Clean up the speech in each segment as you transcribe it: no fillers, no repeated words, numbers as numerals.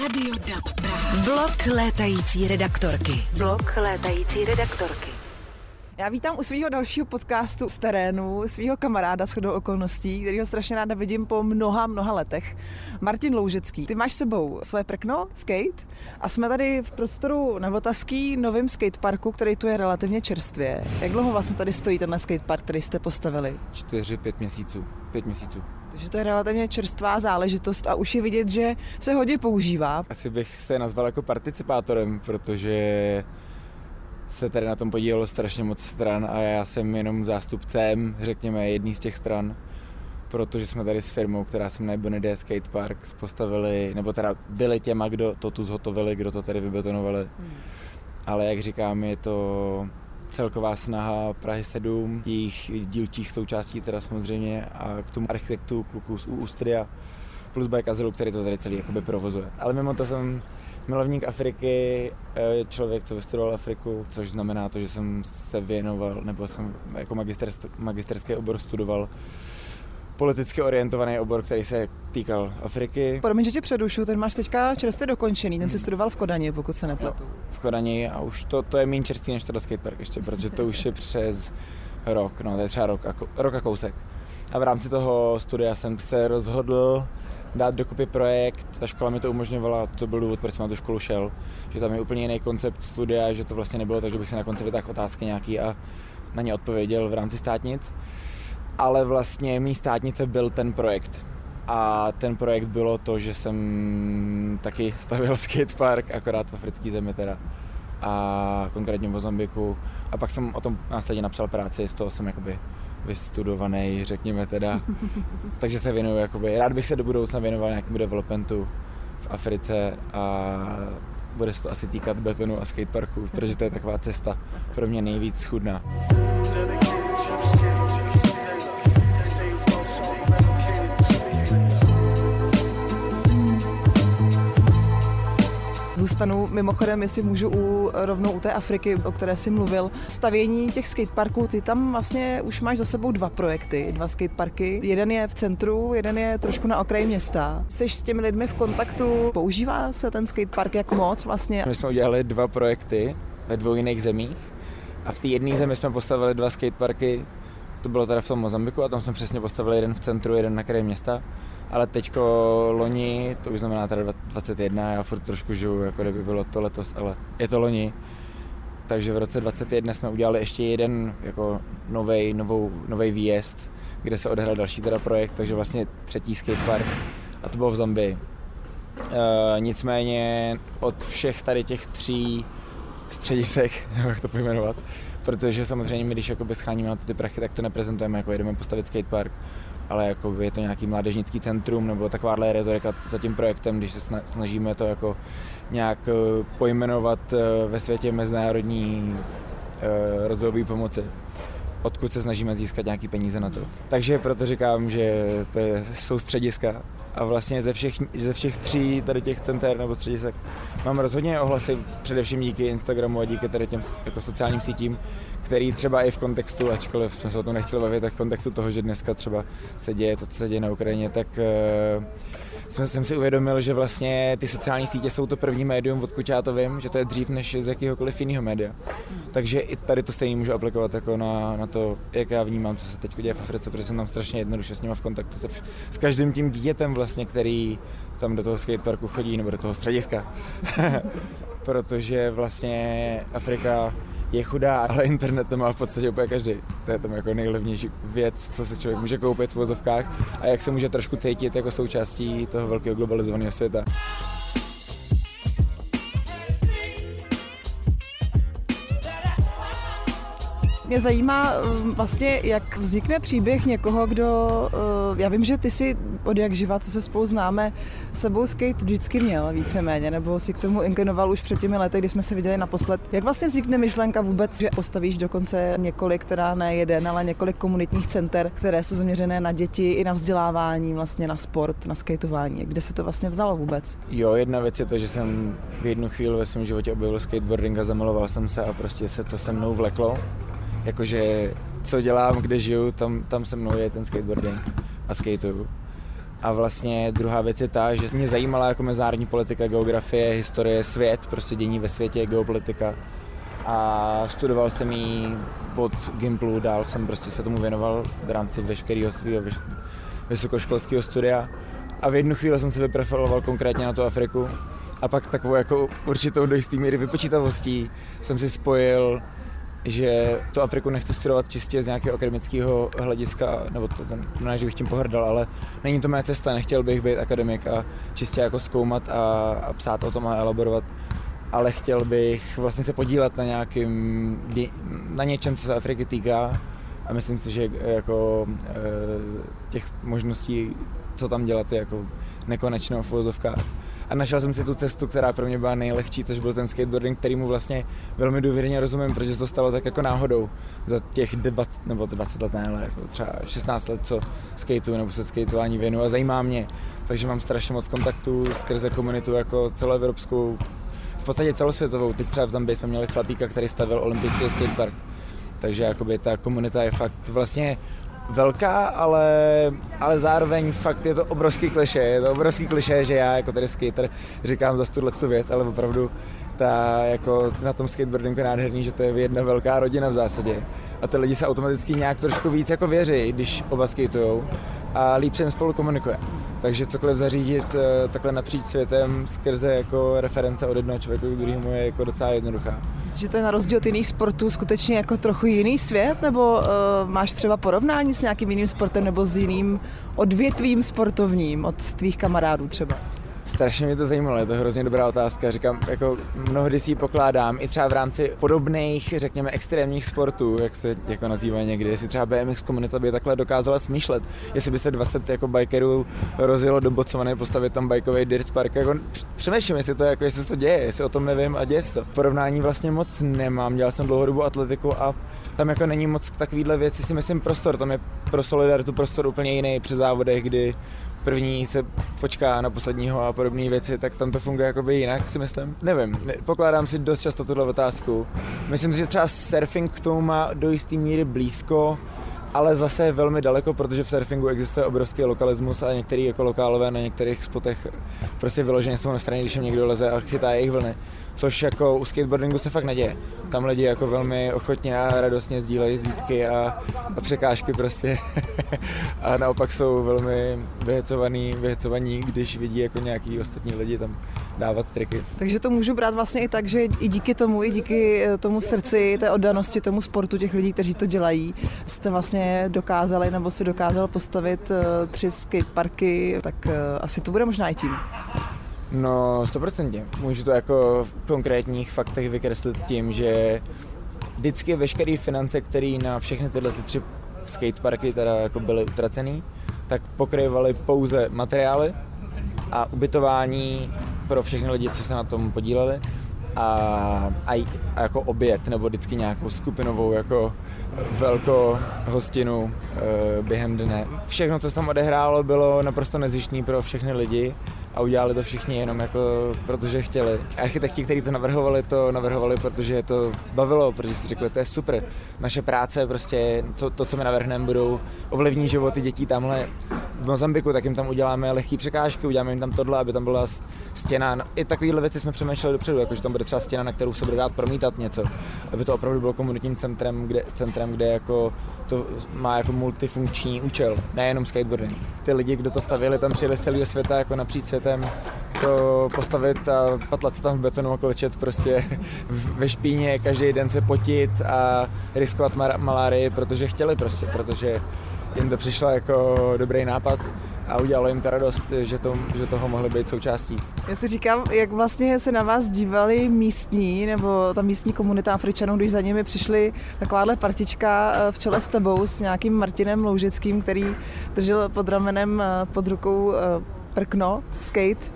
Rádio DAB Praha. Blok létající redaktorky. Já vítám u svého dalšího podcastu z terénu svého kamaráda shodou okolností, kterýho strašně ráda vidím po mnoha letech. Martin Loužecký. Ty máš s sebou své prkno, skate, a jsme tady v prostoru na Vltavský novém skateparku, který tu je relativně čerstvě. Jak dlouho vlastně tady stojí tenhle skatepark, který jste postavili? 4-5 měsíců. 5 měsíců. Takže to je relativně čerstvá záležitost a už je vidět, že se hodně používá. Asi bych se nazval jako participátorem, protože se tady na tom podílelo strašně moc stran a já jsem jenom zástupcem, řekněme, jedný z těch stran, protože jsme tady s firmou, která se jmenuje Bonidé Skatepark, postavili, nebo teda byli těma, kdo to tu zhotovili, kdo to tady vybetonovali. Ale jak říkám, je to celková snaha Prahy 7, jejich dílčích součástí teda samozřejmě, a k tomu architektu kluků z Ústria plus Bike Azylu, který to tady celý jakoby provozuje. Ale mimo to jsem milovník Afriky, člověk, co vystudoval Afriku, což znamená to, že jsem se věnoval, nebo jsem jako magisterský obor studoval politicky orientovaný obor, který se týkal Afriky. Promiň, že tě předušu, ten máš teďka čerstvě dokončený, ten si studoval v Kodani, pokud se nepletu. V Kodani, a už to je méně čerstvý než teda skatepark ještě, protože to už je přes rok, no to je třeba rok a kousek. A v rámci toho studia jsem se rozhodl dát dokupy projekt, ta škola mi to umožňovala, to byl důvod, proč jsem na tu školu šel, že tam je úplně jiný koncept studia, že to vlastně nebylo tak, že bych si na konci vytáhl otázky nějaký a na ně odpověděl v rámci státnic, ale vlastně mý státnice byl ten projekt. A ten projekt bylo to, že jsem taky stavěl skatepark, akorát v africké zemi teda, a konkrétně v Mozambiku, a pak jsem o tom následně napsal práci, z toho jsem jakoby vystudovaný, řekněme teda, takže se věnuju jakoby, rád bych se do budoucna věnoval nějakému developmentu v Africe a bude se to asi týkat betonu a skateparku, protože to je taková cesta pro mě nejvíc schudná. Zůstanu mimochodem, jestli můžu rovnou u té Afriky, o které jsi mluvil. Stavění těch skateparků, ty tam vlastně už máš za sebou dva projekty, dva skateparky. Jeden je v centru, jeden je trošku na okraji města. Jsi s těmi lidmi v kontaktu, používá se ten skatepark jak moc vlastně? My jsme udělali dva projekty ve dvou jiných zemích a v té jedné zemi jsme postavili dva skateparky. To bylo teda v tom Mozambiku a tam jsme přesně postavili jeden v centru, jeden na kraji města. Ale teďko loni, to už znamená teda 21, já furt trošku žiju, jako kdyby bylo to letos, ale je to loni. Takže v roce 21 jsme udělali ještě jeden jako novej výjezd, kde se odehrál další teda projekt, takže vlastně třetí skatepark, a to bylo v Zambii. Nicméně od všech tady těch tří středisek, nebo jak to pojmenovat, protože samozřejmě my, když jakoby scháníme na ty prachy, tak to neprezentujeme, jako jedeme postavit skatepark, ale jako je to nějaký mládežnický centrum nebo takováhle retorika za tím projektem, když se snažíme to jako nějak pojmenovat ve světě mezinárodní rozvojové pomoci, odkud se snažíme získat nějaký peníze na to. Takže proto říkám, že to jsou střediska a vlastně ze všech tří tady těch center nebo středisek mám rozhodně ohlasy, především díky Instagramu a díky tady těm jako sociálním sítím, který třeba i v kontextu, ačkoliv jsme se o tom nechtěli bavit, tak v kontextu toho, že dneska třeba se děje to, co se děje na Ukrajině, tak jsem si uvědomil, že vlastně ty sociální sítě jsou to první médium, odkud já to vím, že to je dřív než z jakýhokoliv jiného média. Takže i tady to stejně můžu aplikovat jako na to, jak já vnímám, co se teď děje v Africe, protože jsem tam strašně jednoduše s nima v kontaktu s každým tím dítětem vlastně, který tam do toho skateparku chodí nebo do toho střediska. Protože vlastně Afrika je chudá, ale internet to má v podstatě úplně každý. To je tam jako nejlevnější věc, co se člověk může koupit v vozovkách a jak se může trošku cítit jako součástí toho velkého globalizovaného světa. Mě zajímá vlastně, jak vznikne příběh někoho, kdo, já vím, že ty si od jak živa, co se spolu známe, sebou skate vždycky měl víceméně, nebo si k tomu inklinoval už před těmi lety, kdy jsme se viděli naposled. Jak vlastně vznikne myšlenka vůbec, že postavíš dokonce několik, teda ne jeden, ale několik komunitních center, které jsou zaměřené na děti i na vzdělávání, vlastně na sport, na skateování. Kde se to vlastně vzalo vůbec? Jo, jedna věc je to, že jsem v jednu chvíli ve svém životě objevil skateboarding a zamiloval jsem se a prostě se to se mnou vleklo. Jakože co dělám, kde žiju, tam se mnou je ten skateboarding a skateuju. A vlastně druhá věc je ta, že mě zajímala jako mezinárodní politika, geografie, historie, svět, prostě dění ve světě, geopolitika. A studoval jsem ji od Gimplu, dál jsem prostě se tomu věnoval v rámci veškerého svého vysokoškolského studia. A v jednu chvíli jsem se vyprofiloval konkrétně na tu Afriku. A pak takovou jako určitou do jistý míry vypočítavostí jsem si spojil, že tu Afriku nechci studovat čistě z nějakého akademického hlediska, nebo ne, že bych tím pohrdal, ale není to moje cesta, nechtěl bych být akademik a čistě jako zkoumat a psát o tom a elaborovat, ale chtěl bych vlastně se podílet na něčem, co se Afriky týká a myslím si, že jako těch možností, co tam dělat, je jako nekonečnou v uvozovkách. A našel jsem si tu cestu, která pro mě byla nejlehčí, což byl ten skateboarding, kterýmu vlastně velmi důvěrně rozumím, protože se to stalo tak jako náhodou za těch 20 let, ne, ale jako třeba 16 let, co skateuju nebo se skateování věnu a zajímá mě. Takže mám strašně moc kontaktů skrze komunitu jako celoevropskou, v podstatě celosvětovou. Teď třeba v Zambii jsme měli chlapíka, který stavěl olympijský skatepark. Takže jakoby ta komunita je fakt vlastně velká, ale zároveň fakt je to obrovský klišé, že já jako tady skater říkám za tu věc, ale opravdu jako na tom skateboardingu je nádherný, že to je jedna velká rodina v zásadě a ty lidi se automaticky nějak trošku víc jako věří, když oba skateujou a líp se jim spolu komunikuje. Takže cokoliv zařídit takhle napříč světem skrze jako reference od jednoho člověka k druhému je jako docela jednoduchá. Myslíš, že to je na rozdíl od jiných sportů skutečně jako trochu jiný svět, nebo máš třeba porovnání s nějakým jiným sportem nebo s jiným odvětvím sportovním od tvých kamarádů třeba? Strašně mě to zajímalo, je to hrozně dobrá otázka, říkám, jako mnohdy si ji pokládám, i třeba v rámci podobných, řekněme, extrémních sportů, jak se jako nazývá někdy, jestli třeba BMX komunita by takhle dokázala smýšlet, jestli by se 20 jako bikerů rozjelo do Botswany, postavit tam bajkový dirt park, jako přemýšlím, jestli to jako, jestli se to děje, jestli o tom nevím a děje se to. Porovnání vlastně moc nemám, dělal jsem dlouhodobou atletiku a tam jako není moc takovýhle věci, si myslím prostor, tam je pro solidaritu prostor úplně jiný při závodech, kdy první se počká na posledního a podobné věci, tak tam to funguje jakoby jinak, si myslím. Nevím, pokládám si dost často tuhle otázku. Myslím si, že třeba surfing k tomu má do jisté míry blízko, ale zase velmi daleko, protože v surfingu existuje obrovský lokalismus a některý jako lokálové na některých spotech prostě vyloženě jsou na straně, když jim někdo leze a chytá jejich vlny. Což jako u skateboardingu se fakt neděje. Tam lidi jako velmi ochotně a radostně sdílejí zdítky a překážky prostě. A naopak jsou velmi vyhecovaní, když vidí jako nějaký ostatní lidi tam dávat triky. Takže to můžu brát vlastně i tak, že i díky tomu srdci, té oddanosti, tomu sportu těch lidí, kteří to dělají, jste vlastně dokázali nebo si dokázal postavit 3 skateparky, tak asi to bude možná i tím. No, 100%. Můžu to jako v konkrétních faktech vykreslit tím, že vždycky veškeré finance, které na všechny tyhle 3 skateparky teda jako byly utracený, tak pokrývaly pouze materiály a ubytování pro všechny lidi, co se na tom podíleli a jako oběd nebo vždycky nějakou skupinovou jako velkou hostinu během dne. Všechno, co se tam odehrálo, bylo naprosto nezištné pro všechny lidi a udělali to všichni jenom jako protože chtěli. Architekti, kteří to navrhovali, protože je to bavilo, protože si řekli, to je super. Naše práce, prostě to, co my navrhneme, budou ovlivní životy dětí tamhle v Mozambiku, tak jim tam uděláme lehké překážky, uděláme jim tam tohle, aby tam byla stěna. No, i takovéhle věci jsme přemýšleli dopředu, jako že tam bude třeba stěna, na kterou se bude dát promítat něco, aby to opravdu bylo komunitním centrem, kde jako to má jako multifunkční účel, nejenom skateboarding. Ty lidi, kdo to stavěli, tam přijeli z celého světa, jako napříč světem, to postavit a patlat se tam v betonu a klečet prostě ve špíně, každý den se potit a riskovat malárii, protože chtěli prostě, protože jim to přišlo jako dobrý nápad a udělalo jim to radost, že toho mohli být součástí. Já si říkám, jak vlastně se na vás dívali místní, nebo ta místní komunita Afričanů, když za nimi přišli takováhle partička v čele s tebou, s nějakým Martinem Loužickým, který držel pod ramenem, pod rukou prkno, skate,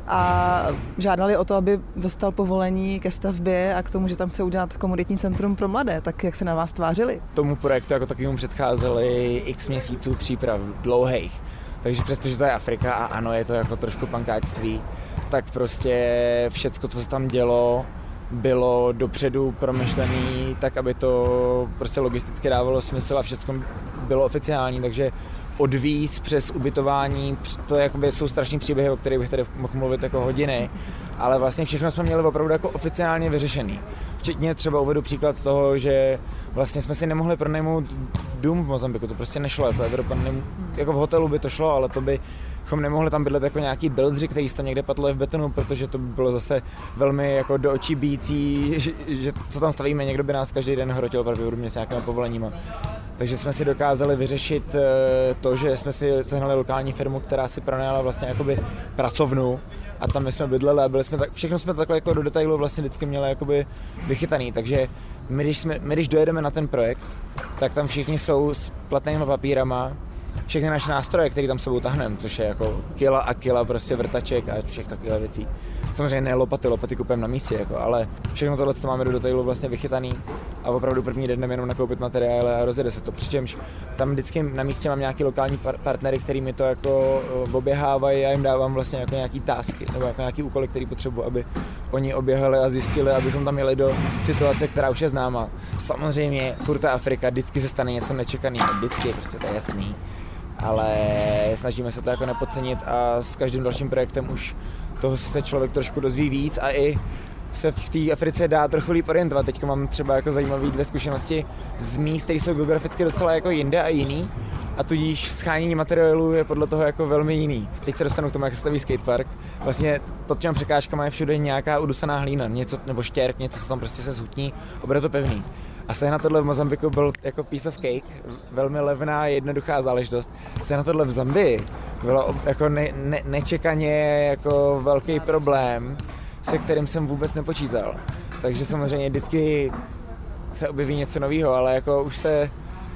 a žádali o to, aby dostal povolení ke stavbě a k tomu, že tam chce udělat komunitní centrum pro mladé. Tak jak se na vás tvářili? Tomu projektu jako takovému předcházely x měsíců příprav dlouhých. Takže přestože to je Afrika a ano, je to jako trošku pankáčství, tak prostě všecko, co se tam dělo, bylo dopředu promyšlený tak, aby to prostě logisticky dávalo smysl a všecko bylo oficiální, takže od víz přes ubytování, to jakoby jsou strašný příběhy, o kterých bych tady mohl mluvit jako hodiny, ale vlastně všechno jsme měli opravdu jako oficiálně vyřešený. Včetně třeba uvedu příklad toho, že vlastně jsme si nemohli pronajmout dům v Mozambiku, to prostě nešlo, jako Evropa, jako v hotelu by to šlo, ale to bychom nemohli tam bydlet jako nějaký buildři, který se tam někde patluje v betonu, protože to by bylo zase velmi jako do očí bíjící, že co tam stavíme, někdo by nás každý den hrotil pravděpodobně s nějakými povoleníma. Takže jsme si dokázali vyřešit to, že jsme si sehnali lokální firmu, která si pronajala vlastně jakoby pracovnu a tam jsme bydleli a byli jsme všechno jsme takhle jako do detailu vlastně vždycky měli jakoby vychytaný, takže my když dojedeme na ten projekt, tak tam všichni jsou s platnými papírama, všechny naše nástroje, které tam sebou tahneme, což je jako kila a kila prostě vrtaček a všech takových věcí. Samozřejmě ne lopaty kupujeme na místě, jako, ale všechno tohle máme do detailu vlastně vychytaný a opravdu první den jdeme jenom nakoupit materiály a rozjede se to. Přičemž tam vždycky na místě mám nějaký lokální partnery, který mi to jako oběhávají a jim dávám vlastně jako nějaký tasky nebo jako nějaký úkoly, který potřebuji, aby oni oběhali a zjistili, abychom tam jeli do situace, která už je známá. Samozřejmě furt ta Afrika, vždycky se stane něco nečekaného, vždycky, prostě to je jasný. Ale snažíme se to jako nepodcenit a s každým dalším projektem už toho se člověk trošku dozví víc a i se v té Africe dá trochu líp orientovat. Teďka mám třeba jako zajímavé 2 zkušenosti z míst, které jsou geograficky docela jako jinde a jiný a tudíž shánění materiálů je podle toho jako velmi jiný. Teď se dostanu k tomu, jak se staví skatepark. Vlastně pod těmi překážkami je všude nějaká udusaná hlína, něco, nebo štěrk, něco, co tam prostě se zhutní, opravdu to pevný. A sehnat tohle v Mozambiku byl jako piece of cake, velmi levná, jednoduchá záležitost. Sehnat tohle v Zambii bylo jako nečekaně jako velký problém, se kterým jsem vůbec nepočítal. Takže samozřejmě vždycky se objeví něco nového, ale jako už se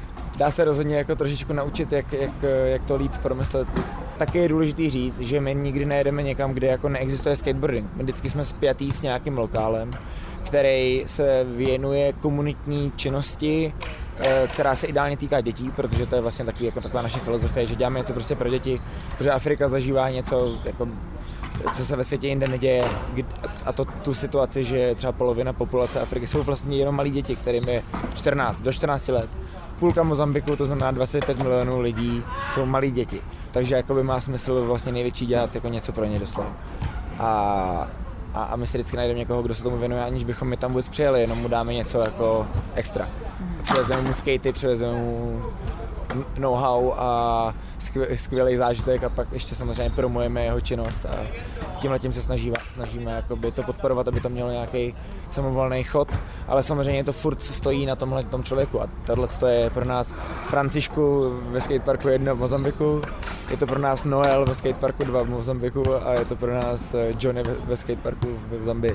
dá se rozhodně jako trošičku naučit, jak to líp promyslet. Taky je důležitý říct, že my nikdy nejedeme někam, kde jako neexistuje skateboarding. My vždycky jsme spjatý s nějakým lokálem, který se věnuje komunitní činnosti, která se ideálně týká dětí, protože to je vlastně taková naše filozofie, že děláme něco prostě pro děti, protože Afrika zažívá něco, jako, co se ve světě jinde neděje, a to tu situaci, že třeba polovina populace Afriky jsou vlastně jenom malí děti, kterým je 14 do 14 let. Půlka Mozambiku, to znamená 25 milionů lidí, jsou malí děti. Takže jakoby má smysl vlastně největší dělat jako něco pro ně doslova. A my si vždycky najdeme někoho, kdo se tomu věnuje, aniž bychom my tam vůbec přijeli, jenom mu dáme něco jako extra. Přivezeme mu skatey, přivezeme mu know-how a skvělý zážitek a pak ještě samozřejmě promujeme jeho činnost a tímhletím se snažíme jakoby to podporovat, aby to mělo nějaký samovolný chod, ale samozřejmě to furt stojí na tomhle tom člověku a tohle je pro nás Francišku ve skateparku 1 v Mozambiku, je to pro nás Noel ve skateparku 2 v Mozambiku a je to pro nás Johnny ve skateparku v Zambii.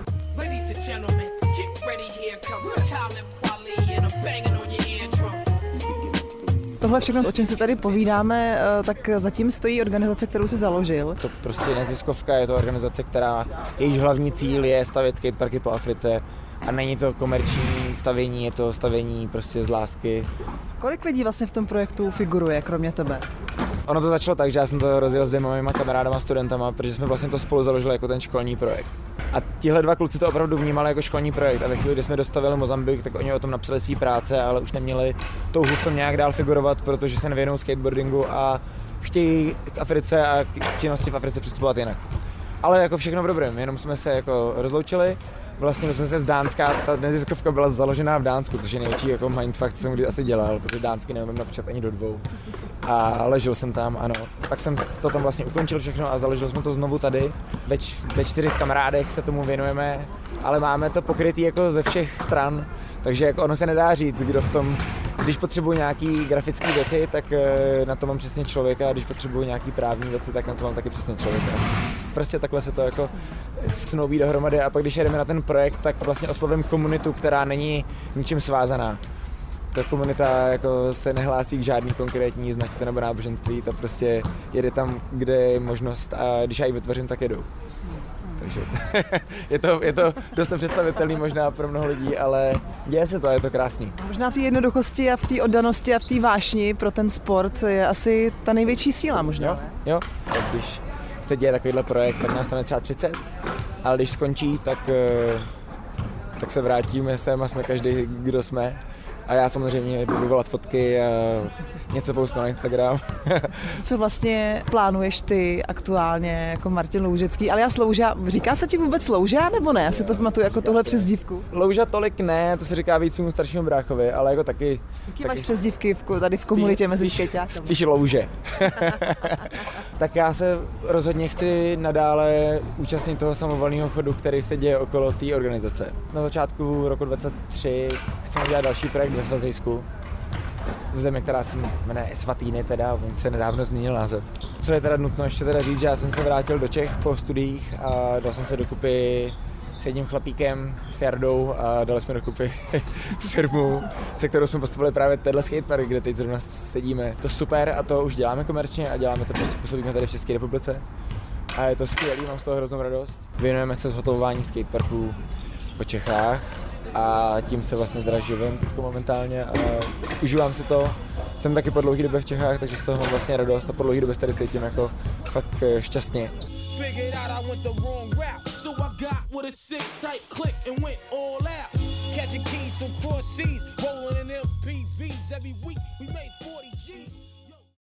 Tohle všechno, o čem se tady povídáme, tak zatím stojí organizace, kterou si založil. To prostě neziskovka, je to organizace, jejíž hlavní cíl je stavět skateparky po Africe a není to komerční stavění, je to stavění prostě z lásky. Kolik lidí vlastně v tom projektu figuruje, kromě tebe? Ono to začalo tak, že já jsem to rozjel s 2 mýma kamarádama, studentama, protože jsme vlastně to spolu založili jako ten školní projekt. A tihle 2 kluci to opravdu vnímali jako školní projekt a ve chvíli, kdy jsme dostavili Mozambik, tak oni o tom napsali svý práce, ale už neměli touhu v tom nějak dál figurovat, protože se nevěnují skateboardingu a chtějí k Africe a k činnosti v Africe přistupovat jinak. Ale jako všechno v dobrém, jenom jsme se jako rozloučili. Vlastně jsme se z Dánska, ta neziskovka byla založená v Dánsku, což je největší jako mindfuck, co jsem kdy asi dělal, protože dánsky neumím napíšet ani do 2. A ležel jsem tam, ano. Pak jsem to tam vlastně ukončil všechno a založili jsme to znovu tady. Ve 4 kamarádech se tomu věnujeme, ale máme to pokrytý jako ze všech stran, takže jako ono se nedá říct, kdo v tom, když potřebuji nějaký grafické věci, tak na to mám přesně člověka, a když potřebuji nějaký právní věci, tak na to mám taky přesně člověka. Prostě takhle se to jako snoubí dohromady a pak když jedeme na ten projekt, tak vlastně oslovím komunitu, která není ničím svázaná. Ta komunita jako se nehlásí k žádný konkrétní značce nebo náboženství, ta prostě jede tam, kde je možnost a když já ji vytvořím, tak jedou. Takže je to dost nepředstavitelný možná pro mnoho lidí, ale děje se to, je to krásný. Možná v té jednoduchosti a v té oddanosti a v té vášni pro ten sport je asi ta největší síla možná. Jo. Tak když se děje takovýhle projekt, tak nás tam je třeba 30, ale když skončí, tak se vrátíme sem a jsme každý, kdo jsme. A já samozřejmě budu volat fotky a něco postu na Instagram. Co vlastně plánuješ ty aktuálně jako Martin Loužecký, alias Louža? Říká se ti vůbec Louža nebo ne? Já si to pamatuju jako tohle přezdívku. Louža tolik ne, to se říká víc svému staršímu bráchovi, ale jako taky... Jaký máš přezdívky tady v komunitě mezi skejťáky? Spíš Louže. Tak já se rozhodně chci nadále účastnit toho samovolného chodu, který se děje okolo té organizace. Na začátku roku 2023 chceme dělat další projekt ve Svazejsku, v zemi, která se jmenuje Eswatini, teda, on se nedávno změnil název. Co je teda nutno ještě teda říct, že já jsem se vrátil do Čech po studiích a dal jsem se dokupy s jedním chlapíkem, s Jardou a dali jsme dokupy firmu, se kterou jsme postavili právě tenhle skatepark, kde teď zrovna sedíme. To super a to už děláme komerčně a děláme to prostě působíme tady v České republice. A je to skvělý, mám z toho hroznou radost. Věnujeme se zhotovování skateparků po Čechách a tím se vlastně teda živím momentálně a užívám si to. Jsem taky po dlouhé době v Čechách, takže z toho mám vlastně radost a po dlouhé době se tady cítím jako fakt šťastně. Catching keys from cross seas, rolling in MPVs every week. We made 40 G.